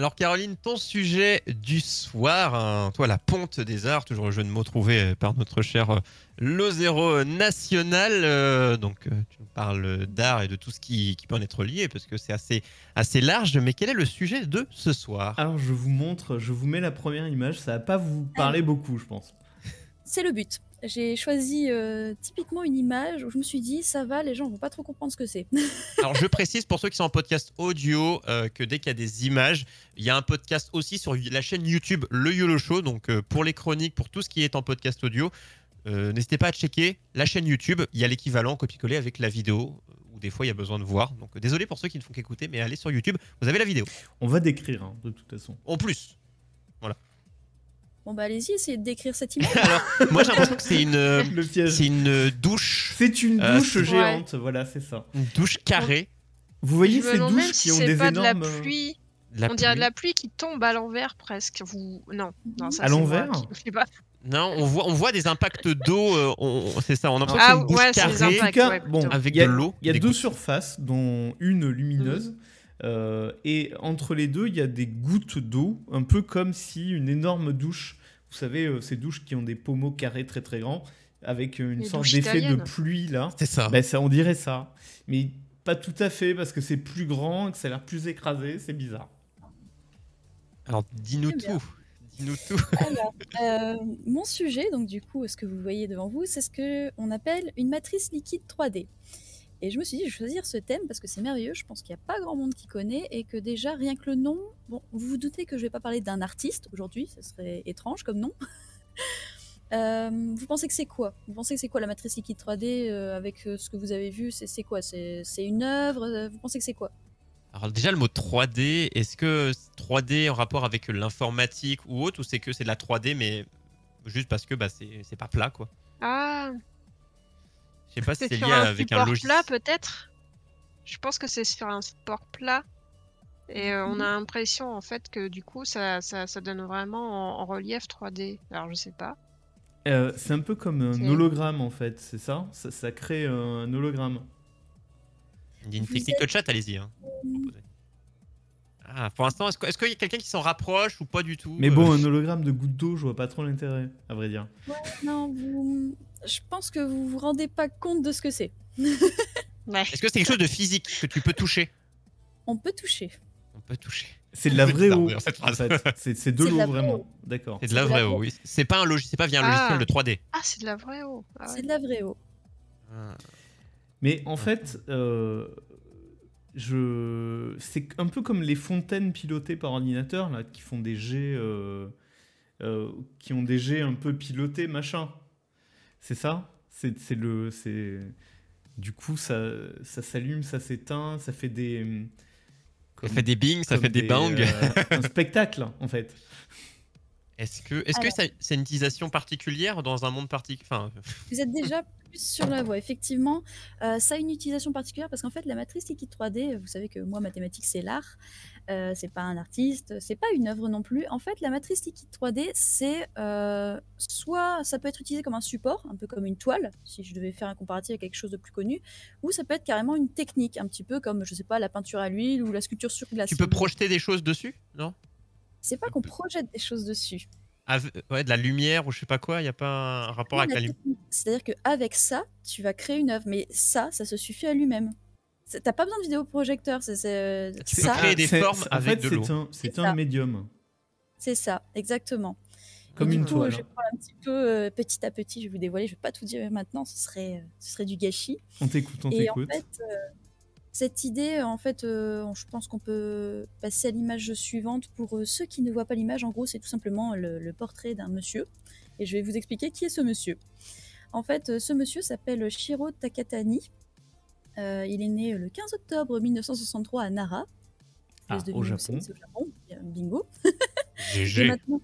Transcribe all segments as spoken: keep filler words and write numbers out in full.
Alors Caroline, ton sujet du soir, hein, toi la ponte des arts, toujours le jeu de mots trouvé par notre cher euh, Lozero National. Euh, donc euh, tu nous parles d'art et de tout ce qui, qui peut en être lié, parce que c'est assez, assez large. Mais quel est le sujet de ce soir? Alors je vous montre, je vous mets la première image, ça va pas vous parler beaucoup je pense. C'est le but. J'ai choisi euh, typiquement une image où je me suis dit, ça va, les gens vont pas trop comprendre ce que c'est. Alors je précise pour ceux qui sont en podcast audio euh, que dès qu'il y a des images, il y a un podcast aussi sur la chaîne YouTube Le YOLO Show. Donc euh, pour les chroniques, pour tout ce qui est en podcast audio, euh, n'hésitez pas à checker la chaîne YouTube. Il y a l'équivalent copier-coller avec la vidéo, où des fois il y a besoin de voir. Donc euh, désolé pour ceux qui ne font qu'écouter, mais allez sur YouTube, vous avez la vidéo. On va décrire hein, de toute façon. En plus, voilà. Bon bah allez-y, essayez de décrire cette image. Alors moi j'ai l'impression que c'est une, Le piège. c'est une douche, C'est une Euh, douche c'est- géante, voilà c'est ça. une douche carrée. Vous voyez Je me ces demande même douches si qui ont c'est des pas de la énormes... pluie. La On dirait de pluie. la pluie qui tombe à l'envers presque. Vous... Non, non, ça À c'est moi l'envers qui me fais pas. Non, on voit, on voit des impacts d'eau. euh, on- c'est ça, on a l'impression Ah, que c'est une douche ouais, c'est des carrée. En tout impacts, cas, ouais, bon, plutôt. Avec il y a, de l'eau, il y a des deux gouttes. surfaces, dont une lumineuse, euh, et entre les deux, il y a des gouttes d'eau, un peu comme si une énorme douche, vous savez, euh, ces douches qui ont des pommeaux carrés très très grands, avec une Les sorte douches d'effet de italiennes. pluie là. C'est ça. Ben, ça, on dirait ça, mais pas tout à fait parce que c'est plus grand, et que ça a l'air plus écrasé, c'est bizarre. Alors dis-nous Très bien. tout. Dis-nous tout. Alors, euh, mon sujet, donc du coup, ce que vous voyez devant vous, c'est ce qu'on appelle une matrice liquide trois D. Et je me suis dit, je vais choisir ce thème parce que c'est merveilleux, je pense qu'il n'y a pas grand monde qui connaît et que déjà, rien que le nom, bon, vous vous doutez que je ne vais pas parler d'un artiste aujourd'hui, ce serait étrange comme nom. Euh, vous pensez que c'est quoi Vous pensez que c'est quoi la matrice liquide trois D euh, avec euh, ce que vous avez vu C'est c'est quoi C'est c'est une œuvre euh, Vous pensez que c'est quoi Alors déjà le mot trois D, est-ce que trois D en rapport avec l'informatique ou autre, ou c'est que c'est de la trois D mais juste parce que bah, c'est, c'est pas plat quoi. Ah, Je sais pas si c'est c'est sur lié un avec un support logiciel. plat peut-être. Je pense que c'est sur un support plat. Et euh, on a l'impression en fait que du coup ça, ça, ça donne vraiment en, en relief trois D. Alors je sais pas. Euh, c'est un peu comme un C'est- hologramme en fait, c'est ça, ça Ça crée un hologramme. Il y a une Vous technique de êtes- chat, allez-y. Hein. Ah, pour l'instant, est-ce, que- est-ce qu'il y a quelqu'un qui s'en rapproche ou pas du tout? Mais bon, Euh, un hologramme de goutte d'eau, je vois pas trop l'intérêt, à vrai dire. Non, vous... je pense que vous vous rendez pas compte de ce que c'est. Ouais. Est-ce que c'est quelque chose de physique que tu peux toucher? On peut toucher. On peut toucher. C'est de la vraie bizarre, eau, d'ailleurs, cette en phrase. fait. C'est, c'est de C'est de l'eau, la vraie vraiment. eau. D'accord. C'est de la C'est de la vraie eau, vraie oui. C'est pas un logiciel, c'est pas via un Ah. logiciel de trois D. Ah, c'est de la vraie eau. Ah ouais. C'est de la vraie eau. Ah. Mais en fait, euh, je... c'est un peu comme les fontaines pilotées par ordinateur, là, qui font des jets... euh, euh, qui ont des jets un peu pilotés, machin. C'est ça c'est, c'est le... C'est... Du coup, ça, ça s'allume, ça s'éteint, ça fait des... Ça fait des bings, ça comme fait des, bangs. euh, un spectacle, en fait. Est-ce que, est-ce que Alors. ça- c'est une utilisation particulière dans un monde particulier? Enfin, Vous êtes déjà plus sur la voie. Effectivement, euh, ça a une utilisation particulière parce qu'en fait, la matrice liquide trois D, vous savez que moi, mathématiques, c'est l'art. Euh, c'est pas un artiste, c'est pas une œuvre non plus. En fait, la matrice liquide trois D, c'est euh, soit ça peut être utilisé comme un support, un peu comme une toile, si je devais faire un comparatif avec quelque chose de plus connu, ou ça peut être carrément une technique, un petit peu comme, je sais pas, la peinture à l'huile ou la sculpture sur glace. tu si peux vous voulez. projeter des choses dessus? Non? C'est pas qu'on projette des choses dessus. Ave- ouais, de la lumière ou je sais pas quoi, il n'y a pas un rapport Non, avec la la lumière. technique. C'est-à-dire qu'avec ça, tu vas créer une œuvre, mais ça, ça se suffit à lui-même. C'est- T'as pas besoin de vidéoprojecteur, c'est, c'est... Tu peux ça, créer des C'est- formes c'est- en avec fait, de l'eau. c'est un, c'est C'est un ça. médium. c'est ça, exactement. Comme Et une du coup, toile. je vais prendre un petit peu euh, petit à petit, je vais vous dévoiler, je vais pas tout dire maintenant, ce serait, euh, ce serait du gâchis. On t'écoute, on Et en t'écoute. fait, euh, cette idée, en fait, euh, je pense qu'on peut passer à l'image suivante. Pour euh, ceux qui ne voient pas l'image, en gros, c'est tout simplement le, le portrait d'un monsieur. Et je vais vous expliquer qui est ce monsieur. En fait, euh, ce monsieur s'appelle Shiro Takatani. Euh, il est né le quinze octobre mille neuf cent soixante-trois à Nara. Ah, Place de au Bingo, Japon. c'est au Japon. Euh, Bingo. G Et G. maintenant...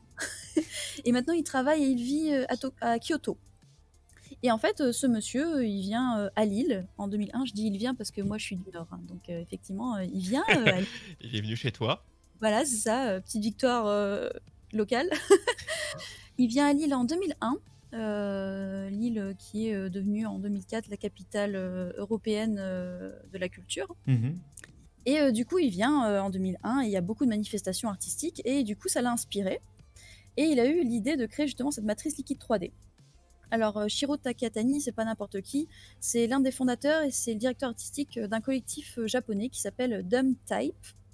et maintenant, il travaille et il vit euh, à, To- à Kyoto. Et en fait, euh, ce monsieur, euh, il vient euh, à Lille en deux mille un. Je dis il vient parce que moi, je suis du Nord. hein. Donc, euh, effectivement, euh, il vient euh, à Lille. Il est venu chez toi. Voilà, c'est ça, euh, petite victoire euh, locale. Il vient à Lille en deux mille un. Euh, Lille qui est euh, devenue en deux mille quatre la capitale euh, européenne euh, de la culture. Mhm. Et euh, du coup, il vient euh, en deux mille un, et il y a beaucoup de manifestations artistiques, et du coup, ça l'a inspiré. Et il a eu l'idée de créer justement cette matrice liquide trois D. Alors, euh, Shiro Takatani, c'est pas n'importe qui, c'est l'un des fondateurs et c'est le directeur artistique euh, d'un collectif euh, japonais qui s'appelle Dumb Type,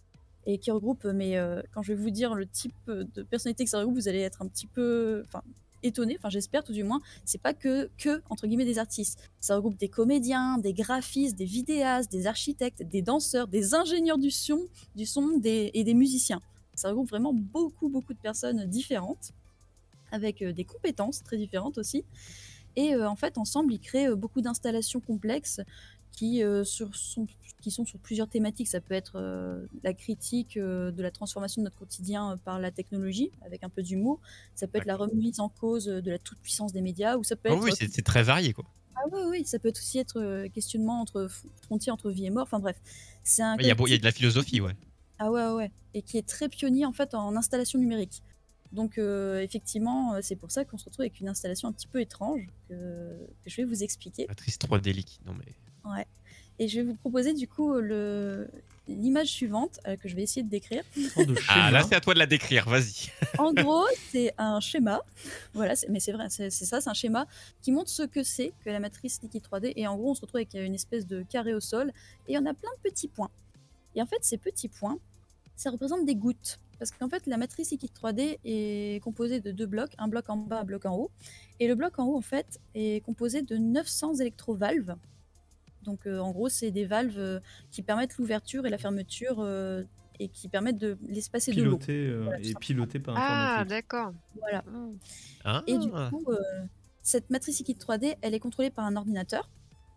et qui regroupe, mais euh, quand je vais vous dire le type de personnalité que ça regroupe, vous allez être un petit peu enfin, étonné, enfin j'espère tout du moins. C'est pas que, que, entre guillemets, des artistes. Ça regroupe des comédiens, des graphistes, des vidéastes, des architectes, des danseurs, des ingénieurs du son, du son des, et des musiciens. Ça regroupe vraiment beaucoup, beaucoup de personnes différentes, avec euh, des compétences très différentes aussi. Et euh, en fait, ensemble, ils créent euh, beaucoup d'installations complexes qui, euh, sur, sont, qui sont sur plusieurs thématiques. Ça peut être euh, la critique euh, de la transformation de notre quotidien euh, par la technologie, avec un peu d'humour. Ça peut être la remise en cause euh, de la toute-puissance des médias, ou ça peut Ah être... oui, c'est c'est très varié, quoi. Ah oui, oui, ça peut aussi être euh, questionnement entre frontières entre vie et mort. Enfin bref, c'est un Il y, a beau- il y a collectif... de la philosophie, ouais. Ah ouais, ouais, ouais. Et qui est très pionnier en fait en installation numérique. Donc euh, effectivement, euh, c'est pour ça qu'on se retrouve avec une installation un petit peu étrange que, que je vais vous expliquer. Matrice trois D liquide, non mais... Ouais. Et je vais vous proposer du coup le l'image suivante euh, que je vais essayer de décrire. Oh, de Ah, schéma. là, c'est à toi de la décrire, vas-y. En gros, c'est un schéma. Voilà, c'est- mais c'est vrai, c'est c'est ça, c'est un schéma qui montre ce que c'est que la matrice liquide trois D. Et en gros, on se retrouve avec une espèce de carré au sol et on a plein de petits points. Et en fait, ces petits points, ça représente des gouttes. Parce qu'en fait, la matrice liquide trois D est composée de deux blocs, un bloc en bas, un bloc en haut. Et le bloc en haut, en fait, est composé de neuf cents électrovalves. Donc, euh, en gros, c'est des valves euh, qui permettent l'ouverture et la fermeture euh, et qui permettent de laisser passer de l'eau. Piloté euh, Voilà, tout et simplement. piloté par Ah, informatique. d'accord. Voilà. Mm. Ah, Et du coup, euh, cette matrice liquide trois D, elle est contrôlée par un ordinateur.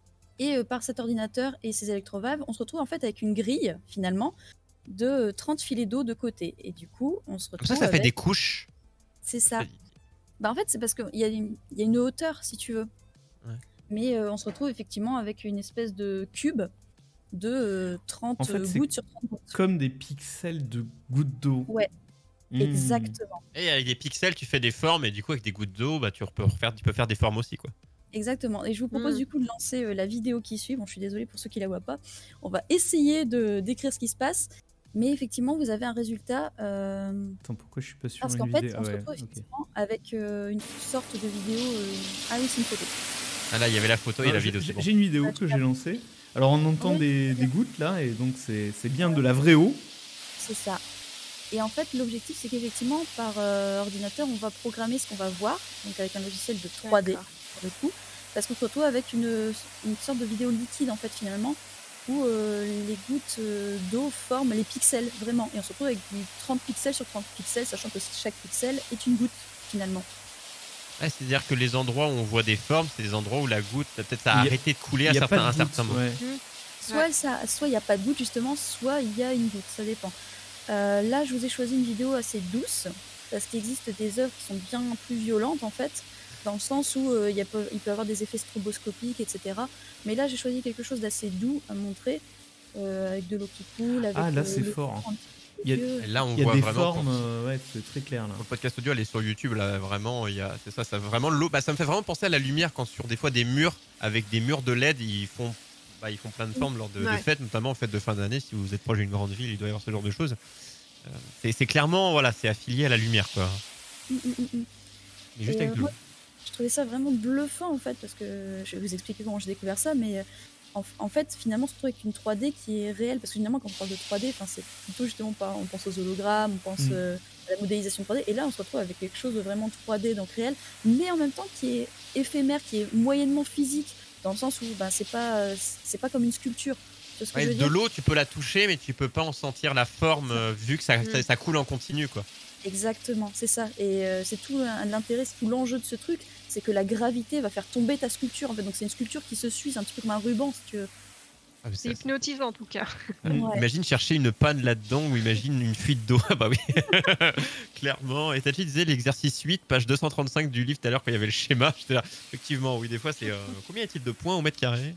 Et euh, par cet ordinateur et ses électrovalves, on se retrouve en fait avec une grille, finalement, de euh, trente filets d'eau de côté. Et du coup, on se comme retrouve ça, ça fait avec... des couches. C'est ça. Bah en fait, c'est parce qu'il y, a une- il y a une hauteur, si tu veux. Ouais. Mais euh, on se retrouve effectivement avec une espèce de cube de euh, trente En fait, c'est gouttes sur trente gouttes. Comme des pixels de gouttes d'eau. Ouais, Mmh. exactement. Et avec des pixels, tu fais des formes, et du coup, avec des gouttes d'eau, bah, tu, peux refaire, tu peux faire des formes aussi, quoi. Exactement. Et je vous propose Mm. du coup de lancer euh, la vidéo qui suit. Bon, je suis désolée pour ceux qui la voient pas. On va essayer de décrire ce qui se passe. Mais effectivement, vous avez un résultat. euh, Attends, pourquoi je suis pas sur Parce une qu'en fait, vidéo on Ah se ouais, retrouve ok. effectivement avec euh, une sorte de vidéo. euh, Ah oui, c'est une photo. Ah là, il y avait la photo et Alors, la j'ai- vidéo, j'ai c'est bon. j'ai une vidéo Ouais, que tu j'ai l'as. lancée. Alors on entend Ouais, des, très des bien. gouttes là, et donc c'est c'est bien de la vraie eau. C'est ça. Et en fait, l'objectif, c'est qu'effectivement, par euh, ordinateur, on va programmer ce qu'on va voir, donc avec un logiciel de trois D, D'accord. pour le coup, parce qu'on se retrouve avec une, une sorte de vidéo liquide, en fait, finalement, où euh, les gouttes euh, d'eau forment les pixels, vraiment. Et on se retrouve avec du trente pixels sur trente pixels, sachant que chaque pixel est une goutte, finalement. Ouais, c'est-à-dire que les endroits où on voit des formes, c'est des endroits où la goutte, peut-être, ça a Il y a- arrêté de couler Il à n'y a certains, pas un de gouttes. certain moment. Ouais. Soit il ça, soit il n'y a pas de goutte, justement, soit il y a une goutte, ça dépend. Euh, là, je vous ai choisi une vidéo assez douce, parce qu'il existe des œuvres qui sont bien plus violentes, en fait, dans le sens où euh, il y a peut, il peut y avoir des effets stroboscopiques, et cetera. Mais là, j'ai choisi quelque chose d'assez doux à montrer, euh, avec de l'eau qui coule, avec Ah, là, euh, c'est le fort. sang un petit peu Il y a- vieux. Et là, on Il y a voit des vraiment. formes, quand- euh, ouais, c'est très clair là. Le podcast audio, elle est sur YouTube, là, vraiment, il y a, c'est ça, ça vraiment l'eau. Bah, ça me fait vraiment penser à la lumière quand sur des fois des murs avec des murs de L E D, ils font, bah, ils font plein de formes lors de, de Ouais. fêtes, notamment en fête de fin d'année. Si vous êtes proche d'une grande ville, il doit y avoir ce genre de choses. Euh, c'est, c'est clairement, voilà, c'est affilié à la lumière, quoi. Mm, mm, mm, mm. Mais juste Et, avec euh, de l'eau. moi, je trouvais ça vraiment bluffant en fait, parce que je vais vous expliquer comment j'ai découvert ça, mais euh, en, en fait, finalement, on se retrouve avec une trois D qui est réelle, parce que finalement, quand on parle de trois D, c'est plutôt justement pas, on pense aux hologrammes, on pense Mm. euh, à la modélisation trois D, et là, on se retrouve avec quelque chose de vraiment trois D, donc réel, mais en même temps qui est éphémère, qui est moyennement physique, dans le sens où ben, c'est pas, euh, c'est pas comme une sculpture. Tu vois ce que Ouais, je veux de dire l'eau, tu peux la toucher, mais tu peux pas en sentir la forme, euh, vu que ça, Mm. ça, ça coule en continu, quoi. Exactement, c'est ça. Et euh, c'est tout l'in- l'intérêt, c'est tout l'enjeu de ce truc, c'est que la gravité va faire tomber ta sculpture. En fait, donc c'est une sculpture qui se suit, c'est un petit peu comme un ruban, si tu veux. Ah, mais C'est ça- hypnotisant en tout cas. Mm. Ouais. Imagine chercher une panne là-dedans ou imagine une fuite d'eau. Ah bah oui, clairement. Et Tati disait l'exercice huit, page deux cent trente-cinq du livre tout à l'heure quand il y avait le schéma. J'étais là, effectivement, oui, des fois c'est euh, combien y a-t-il de points au mètre carré?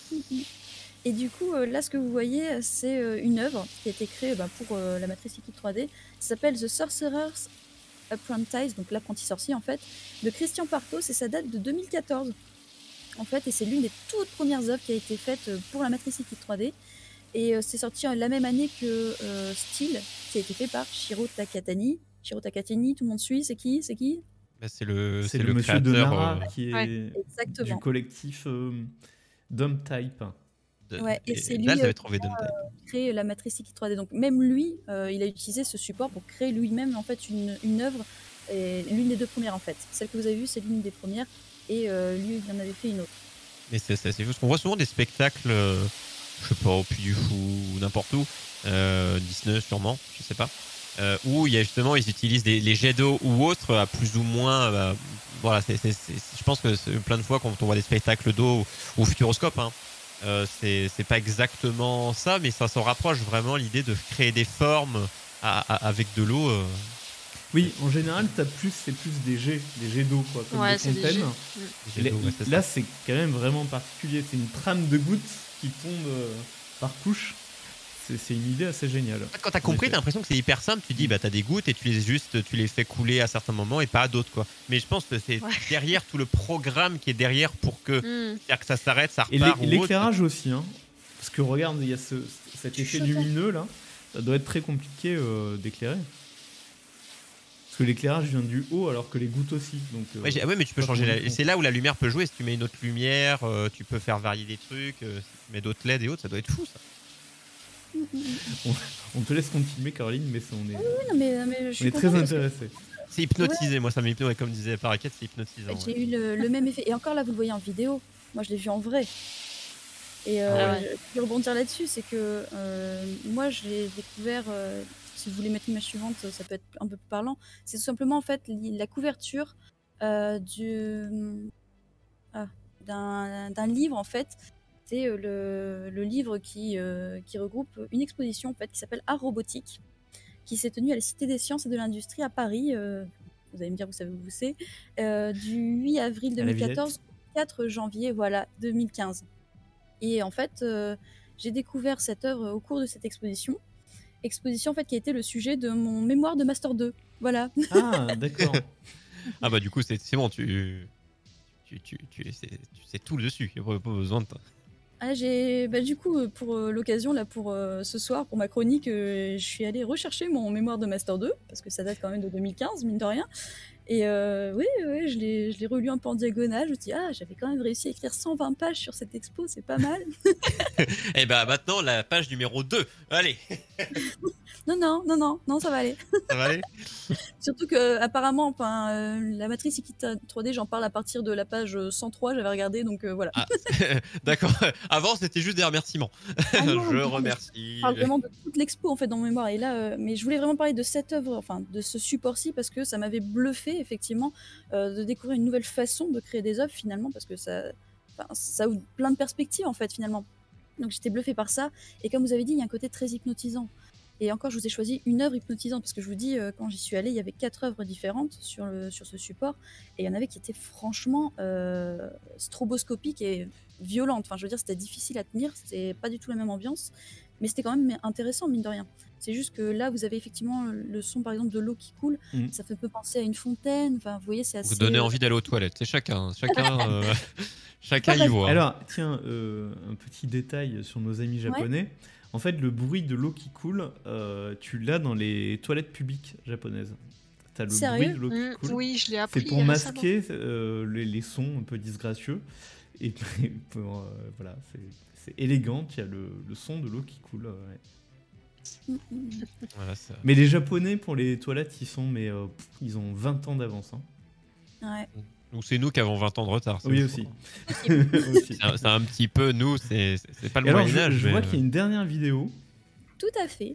Et du coup, euh, là, ce que vous voyez, c'est euh, une œuvre qui a été créée bah, pour euh, la matrice liquide trois D. Ça s'appelle The Sorcerer's Apprentice, donc l'apprenti sorcier en fait, de Christian Partos, et ça date de deux mille quatorze. En fait, et c'est l'une des toutes premières œuvres qui a été faite euh, pour la matrice liquide trois D. Et euh, c'est sorti euh, la même année que euh, Steel, qui a été fait par Shiro Takatani. Shiro Takatani, tout le monde suit, c'est qui C'est qui Bah, c'est le, C'est c'est le, le monsieur de créateur Nara euh, qui est Ouais. du Exactement. collectif euh, Dump Type. de- Ouais, et et c'est là, lui ils euh, avaient trouvé Dump Type. créer la matrice liquide trois D. Donc même lui, euh, il a utilisé ce support pour créer lui-même en fait une, une œuvre, et l'une des deux premières en fait. Celle que vous avez vue, c'est l'une des premières, et euh, lui, il en avait fait une autre. Mais c'est c'est assez fou. Parce qu'on voit souvent des spectacles, euh, je sais pas, au Puy du Fou ou n'importe où, euh, Disney sûrement, je sais pas, euh, où il y a justement, ils utilisent des, les jets d'eau ou autres à plus ou moins. euh, voilà, c'est, c'est, c'est- je pense que c'est plein de fois quand on voit des spectacles d'eau ou, ou Futuroscope, hein, euh, c'est, c'est pas exactement ça, mais ça s'en rapproche vraiment l'idée de créer des formes à- à- avec de l'eau. euh. Oui, en général, t'as plus, c'est plus des jets, des jets d'eau, quoi, comme Ouais, des c'est des fontaines. jets. Mm. Des jets Là, d'eau, ouais, c'est ça. là, c'est quand même vraiment particulier. C'est une trame de gouttes qui tombe euh, par couche. C'est, c'est une idée assez géniale. Quand t'as compris, t'as l'impression que c'est hyper simple. Tu dis, bah t'as des gouttes et tu les juste, tu les fais couler à certains moments et pas à d'autres, quoi. Mais je pense que c'est Ouais. derrière tout le programme qui est derrière pour que, Mm. c'est-à-dire que ça s'arrête, ça Et l'é- repart. ou autre. l'éclairage aussi, hein. Parce que regarde, il y a ce, cet effet Chopin. lumineux là. Ça doit être très compliqué euh, d'éclairer. Parce que l'éclairage vient du haut alors que les gouttes aussi. Donc, euh, Ouais, j'ai- ah ouais, mais tu peux pas changer. comment La... ils font. C'est là où la lumière peut jouer. Si tu mets une autre lumière, euh, tu peux faire varier des trucs. euh, si tu mets d'autres L E D et autres, ça doit être fou, ça. On te laisse continuer, Caroline, mais ça, on est, Oui, non, mais, mais je on suis est très contente parce que intéressés. C'est hypnotisé, moi, ça m'hypnose. Comme disait Paraquette, c'est hypnotisant. j'ai ouais. eu le, le même effet. Et encore là, vous le voyez en vidéo. Moi, je l'ai vu en vrai. Et euh, Ah ouais. je vais rebondir là-dessus, c'est que euh, moi, je l'ai découvert. euh, si vous voulez mettre l'image suivante, ça peut être un peu plus parlant. C'est tout simplement en fait li- la couverture euh, du ah, d'un d'un livre en fait. C'est euh, le, le livre qui, euh, qui regroupe une exposition en fait qui s'appelle Art Robotique, qui s'est tenue à la Cité des Sciences et de l'Industrie à Paris. euh, vous allez me dire, vous savez où c'est. euh, du huit avril À la deux mille quatorze au quatre janvier voilà, deux mille quinze. Et en fait, euh, j'ai découvert cette œuvre au cours de cette exposition. Exposition en fait qui a été le sujet de mon mémoire de Master deux. Voilà. Ah, d'accord. Ah bah du coup, c'est c'est bon, tu, tu, tu, tu, c'est- tu sais tout le dessus. Il n'y a pas, pas besoin de. Ah, j'ai, bah, du coup, euh, pour euh, l'occasion, là, pour euh, ce soir, pour ma chronique, euh, je suis allée rechercher mon mémoire de Master deux, parce que ça date quand même de deux mille quinze, mine de rien. Et euh, oui, oui, je l'ai, je l'ai relu un peu en diagonale. Je me suis dit, ah, j'avais quand même réussi à écrire cent vingt pages sur cette expo, c'est pas mal. Et bah maintenant, la page numéro deux. Allez, Non, non, non, non, non, ça va aller. ça va aller. Surtout que, apparemment, enfin, euh, la matrice liquide trois D, j'en parle à partir de la page cent trois, j'avais regardé, donc euh, voilà. Ah, d'accord. Avant, c'était juste des remerciements. Ah non, Je non, remercie. Je parle vraiment de toute l'expo en fait dans mon mémoire. Et là, euh, mais je voulais vraiment parler de cette œuvre, enfin de ce support-ci, parce que ça m'avait bluffé effectivement euh, de découvrir une nouvelle façon de créer des œuvres finalement, parce que ça, enfin, ça ouvre plein de perspectives en fait finalement. Donc j'étais bluffée par ça. Et comme vous avez dit, il y a un côté très hypnotisant. Et encore, je vous ai choisi une œuvre hypnotisante parce que je vous dis, euh, quand j'y suis allée, il y avait quatre œuvres différentes sur, le, sur ce support. Et il y en avait qui étaient franchement euh, stroboscopiques et violentes. Enfin, je veux dire, c'était difficile à tenir. C'était pas du tout la même ambiance. Mais c'était quand même intéressant, mine de rien. C'est juste que là, vous avez effectivement le son, par exemple, de l'eau qui coule. Mhm. Ça fait un peu penser à une fontaine. Enfin, vous voyez, c'est assez. Vous donnez envie d'aller aux toilettes. C'est chacun. Chacun, euh, chacun y voit. Alors, tiens, euh, un petit détail sur nos amis japonais. En fait, le bruit de l'eau qui coule, euh, tu l'as dans les toilettes publiques japonaises. T'as le Sérieux bruit de l'eau qui Mm, coule. oui, je l'ai appris C'est pour récemment. masquer euh, les, les sons un peu disgracieux. Et puis, pour, euh, voilà, c'est, c'est élégant. Il y a le, le son de l'eau qui coule. euh, ouais. Mm, mm. Voilà, ça- Mais les Japonais, pour les toilettes, ils sont, mais euh, pff, ils ont vingt ans d'avance. Hein. Ouais. Ou c'est nous qui avons vingt ans de retard. c'est Oui, ouf. aussi. Aussi. C'est un, c'est un petit peu nous, c'est c'est- c'est pas le Et alors, je, Moyen-Âge. je mais, vois euh, qu'il y a une dernière vidéo. Tout à fait.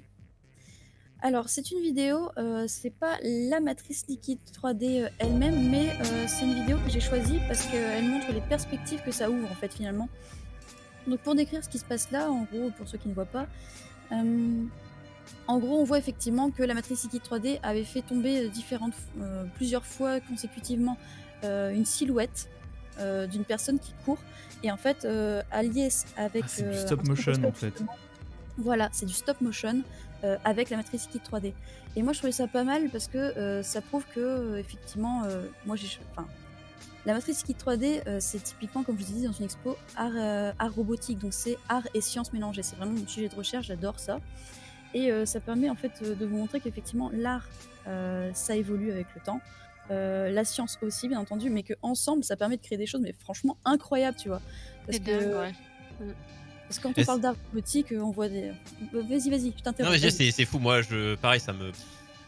Alors, c'est une vidéo, euh, c'est pas la matrice liquide trois D euh, elle-même, mais euh, c'est une vidéo que j'ai choisie parce qu'elle montre les perspectives que ça ouvre, en fait, finalement. Donc, pour décrire ce qui se passe là, en gros, pour ceux qui ne voient pas, euh, en gros, on voit effectivement que la matrice liquide trois D avait fait tomber différentes, euh, plusieurs fois consécutivement euh, une silhouette euh, d'une personne qui court. Et en fait, euh, allié avec. Ah, c'est du euh, stop un motion, stroboscope, en fait. justement. Voilà, c'est du stop motion euh, avec la matrice liquide trois D. Et moi, je trouvais ça pas mal parce que euh, ça prouve que, euh, effectivement, euh, moi, j'ai, enfin, La matrice liquide trois D, euh, c'est typiquement, comme je vous ai dit dans une expo, art, euh, art robotique. Donc c'est art et sciences mélangées. C'est vraiment mon sujet de recherche, j'adore ça. Et euh, ça permet en fait euh, de vous montrer qu'effectivement l'art, euh, ça évolue avec le temps. Euh, la science aussi, bien entendu, mais qu'ensemble, ça permet de créer des choses, mais franchement incroyables, tu vois. Parce C'est que, dingue, ouais. parce que quand on Est-ce- parle d'art robotique, euh, on voit des. Vas-y, vas-y, je Non, t'interromps. mais déjà, vas-y. c'est c'est fou. Moi, je, pareil, ça me.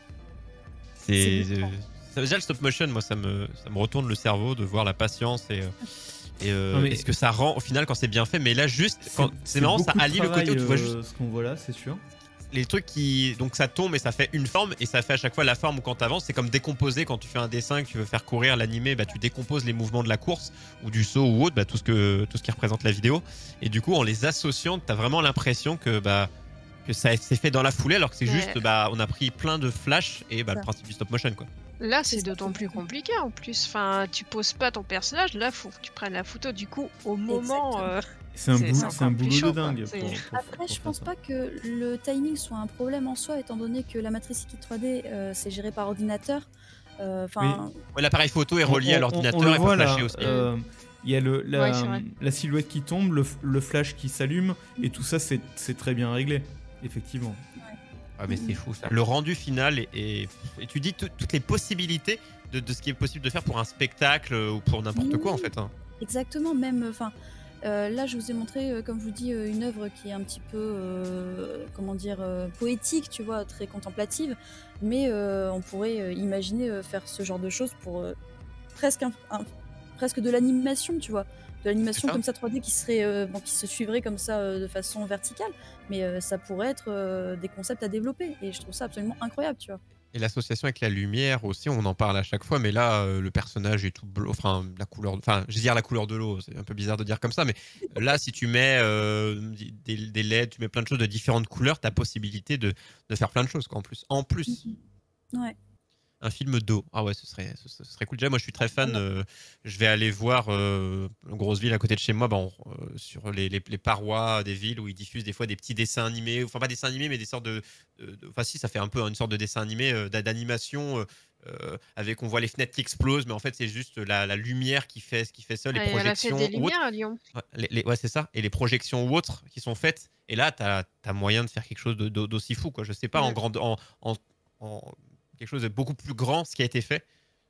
C'est C'est. bluffant. ça- Déjà, le stop motion, moi, ça me, ça me retourne le cerveau de voir la patience et. euh, Et, euh, Non, mais- et ce que ça rend au final quand c'est bien fait. Mais là, juste, C'est quand- c'est marrant, ça beaucoup de allie le côté où tu vois travail, juste euh, ce qu'on voit là, c'est sûr. les trucs qui. Donc ça tombe et ça fait une forme, et ça fait à chaque fois la forme où quand t'avances. C'est comme décomposer quand tu fais un dessin, que tu veux faire courir l'animé, bah, tu décomposes les mouvements de la course ou du saut ou autre, bah, tout, ce que, tout ce qui représente la vidéo. Et du coup, en les associant, t'as vraiment l'impression que. Bah, que ça s'est fait dans la foulée, alors que c'est Mais- juste, bah, on a pris plein de flash et bah, le Ça. principe du stop motion, quoi. Là, C'est c'est ça, d'autant c'est plus ça. compliqué en plus. Enfin, tu poses pas ton personnage, là, faut que tu prennes la photo du coup au moment. Exactement. euh, C'est un, C'est- boulot, c'est c'est un encore plus boulot chaud, de quoi. dingue. C'est- Pour, pour- Après, pour je faire pense ça. pas que le timing soit un problème en soi, étant donné que la matrice liquide trois D, euh, c'est géré par ordinateur. Euh, Enfin, Ouais, l'appareil photo est On- relié on- à l'ordinateur on le et peut voit là. flasher aussi. euh, Il y a le, la, Ouais, c'est vrai. la silhouette qui tombe, le, f- le flash qui s'allume, et tout ça, c'est c'est très bien réglé, effectivement. Ah, mais c'est fou ça. Le rendu final, et, et, et tu dis tout- toutes les possibilités de, de ce qui est possible de faire pour un spectacle euh, ou pour n'importe quoi en Oui. fait. hein. exactement, même. Enfin, euh, là, je vous ai montré, euh, comme je vous dis, euh, une œuvre qui est un petit peu, euh, comment dire, euh, poétique, tu vois, très contemplative. Mais euh, on pourrait euh, imaginer euh, faire ce genre de choses pour euh, presque, un- un- presque de l'animation, tu vois. De l'animation ça. comme ça trois D qui, serait, euh, bon, qui se suivrait comme ça euh, de façon verticale. Mais euh, ça pourrait être euh, des concepts à développer. Et je trouve ça absolument incroyable, tu vois. Et l'association avec la lumière aussi, on en parle à chaque fois, mais là, euh, le personnage est tout bleu, enfin, la couleur, enfin, je veux dire la couleur de l'eau, c'est un peu bizarre de dire comme ça, mais là, si tu mets euh, des, des L E D, tu mets plein de choses de différentes couleurs, t'as possibilité de, de faire plein de choses, quoi, en plus. En plus, Ouais. un film d'eau. Ah ouais, ce serait, ce, ce serait cool. Déjà, moi, je suis très fan. euh, je vais aller voir euh, une grosse ville à côté de chez moi, bah, on- euh, sur les, les- les parois des villes où ils diffusent des fois des petits dessins animés. Enfin, pas des dessins animés, mais des sortes de. de- de- Enfin, si, ça fait un peu une sorte de dessin animé, euh, d'a- d'animation. euh, euh, avec on voit les fenêtres qui explosent, mais en fait, c'est juste la, la lumière qui fait ce qui fait ça, les Ah, il y a la fête projections des ou autres. Lumières à Lyon. Ouais, les- les- ouais, c'est ça. Et les projections ou autres qui sont faites. Et là, tu as moyen de faire quelque chose de- de- d'aussi fou, quoi. Je sais pas, en Mm. grande, en, en- en- quelque chose de beaucoup plus grand, ce qui a été fait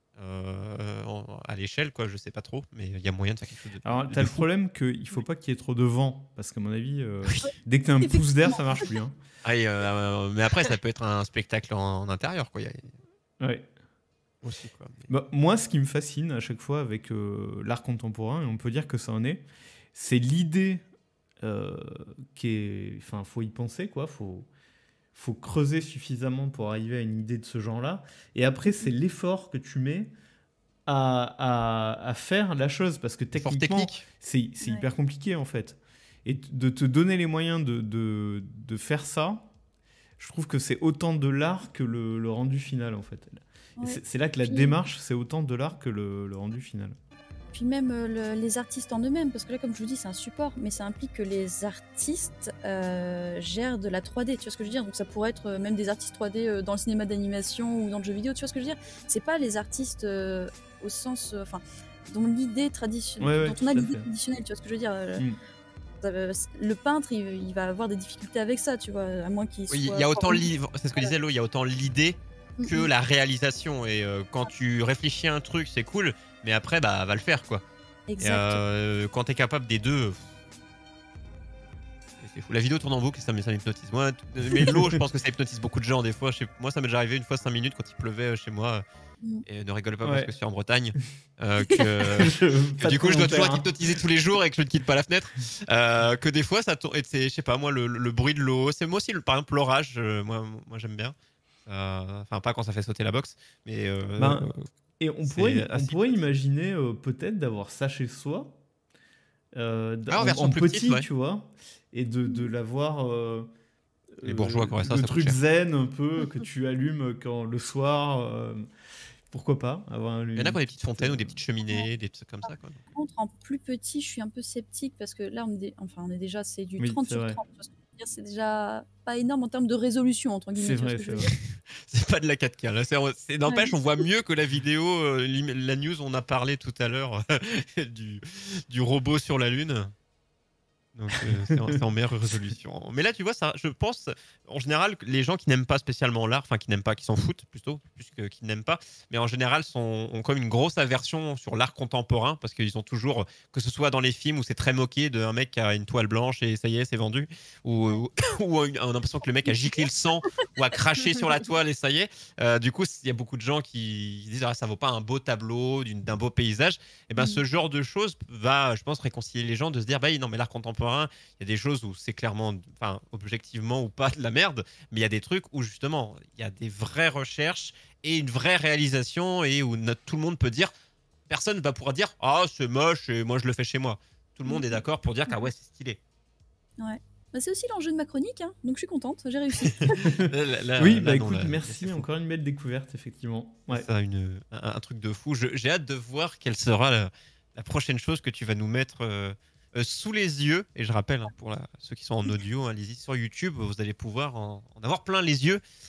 euh, en- à l'échelle, quoi. Je sais pas trop, mais il y a moyen de faire quelque chose de. Alors, de t'as le fou. problème qu'il faut pas qu'il y ait trop de vent, parce qu'à mon avis, euh, dès que t'as un pouce d'air, ça marche plus. Hein. Ah, et, euh, mais après, ça peut être un spectacle en, en intérieur, quoi. Il y a- Ouais. aussi, quoi. Mais- Bah, moi, ce qui me fascine à chaque fois avec euh, l'art contemporain, et on peut dire que ça en est, c'est l'idée euh, qui est. Enfin, faut y penser, quoi. Faut, faut creuser suffisamment pour arriver à une idée de ce genre-là. Et après, c'est l'effort que tu mets à, à, à faire la chose, parce que Fort techniquement, technique. c'est c'est Ouais. hyper compliqué en fait. Et t- de te donner les moyens de, de, de faire ça, je trouve que c'est autant de l'art que le, le rendu final en fait. Et Ouais. c'est- C'est là que la Puis- démarche, c'est autant de l'art que le, le rendu final. Puis même euh, le- les artistes en eux-mêmes, parce que là, comme je vous dis, c'est un support, mais ça implique que les artistes euh, gèrent de la trois D, tu vois ce que je veux dire? Donc ça pourrait être euh, même des artistes trois D euh, dans le cinéma d'animation ou dans le jeu vidéo, tu vois ce que je veux dire? C'est pas les artistes euh, au sens, euh, enfin, dont l'idée traditionnelle, Ouais, ouais, dont tout on a à l'idée fait. traditionnelle, tu vois ce que je veux dire? Euh, Mm. ça va- Le peintre, il, il va avoir des difficultés avec ça, tu vois, à moins qu'il Oui, soit. il y a autant formé. l'i- c'est ce que disait Lo, il y a autant l'idée que Mhm. la réalisation. Et euh, quand tu réfléchis à un truc, c'est cool, mais après, bah, va le faire, quoi. Et Exact. euh, quand t'es capable des deux, pff, c'est fou. La vidéo tourne en boucle et ça, m- ça m'hypnotise. Moi, t- mais l'eau, je pense que ça hypnotise beaucoup de gens des fois. Je sais- moi, ça m'est déjà arrivé une fois cinq minutes quand il pleuvait euh, chez moi. Mm. Et ne rigole pas Ouais. parce que je suis en Bretagne. euh, que, Je- que pas de du coup, je dois toujours être commentaire, hein. hypnotisé tous les jours et que je ne quitte pas la fenêtre. Euh, que des fois, ça tourne. Et c'est, je sais pas, moi, le, le bruit de l'eau. C'est moi aussi, le- par exemple, l'orage. euh, moi, moi j'aime bien. Euh, Enfin, pas quand ça fait sauter la boxe. Mais. euh, Ben, euh, Et on C'est pourrait, on assez pourrait imaginer euh, peut-être d'avoir ça chez soi, euh, d- Ah, en en, version en plus petit, petite, ouais. tu vois, et de, de l'avoir. euh, Les euh, bourgeois qui auraient ça, le ça coûte truc cher. zen un peu que tu allumes quand le soir. euh, pourquoi pas avoir un, Il y en a qui ont des petites fontaines ou des petites cheminées, des trucs comme ça. Quoi. Par contre, en plus petit, je suis un peu sceptique parce que là, on est, dé- enfin, on est déjà, c'est du Oui, trente c'est sur vrai. trente. tu vois ce que je veux dire, c'est déjà pas énorme en termes de résolution, entre guillemets. C'est tu vois vrai, ce que c'est je veux vrai. dire. C'est pas de la quatre K. Là, c'est, c'est, n'empêche, Ouais. on voit mieux que la vidéo, euh, l'im- la news, on a parlé tout à l'heure du, du robot sur la Lune. Donc euh, c'est, en, c'est en meilleure résolution. Mais là, tu vois, ça, je pense, en général, que les gens qui n'aiment pas spécialement l'art, enfin qui n'aiment pas, qui s'en foutent plutôt, plus que qui n'aiment pas, mais en général sont, ont comme une grosse aversion sur l'art contemporain, parce qu'ils ont toujours, que ce soit dans les films où c'est très moqué d'un mec qui a une toile blanche et ça y est, c'est vendu, ou, ou, ou on a l'impression que le mec a giclé le sang ou a craché sur la toile et ça y est. Euh, du coup, il y a beaucoup de gens qui disent ah, ça vaut pas un beau tableau, d'une, d'un beau paysage. Et ben Mm. ce genre de choses va, je pense, réconcilier les gens de se dire bah non mais l'art contemporain, il y a des choses où c'est clairement, enfin objectivement ou pas de la merde, mais il y a des trucs où justement il y a des vraies recherches et une vraie réalisation et où notre- tout le monde peut dire, personne ne va pouvoir dire ah c'est moche et moi je le fais chez moi. Tout le monde est d'accord pour dire qu'ah ouais c'est stylé. Ouais. Bah, c'est aussi l'enjeu de ma chronique, hein, donc je suis contente, j'ai réussi. Là, là, Oui, là, bah non, écoute, là, c'est merci, fou. encore une belle découverte, effectivement. Ouais. C'est ça, une, un, un truc de fou. Je- j'ai hâte de voir quelle sera la, la prochaine chose que tu vas nous mettre euh, euh, sous les yeux. Et je rappelle, hein, pour la- ceux qui sont en audio, hein, allez-y sur YouTube, vous allez pouvoir en, en avoir plein les yeux.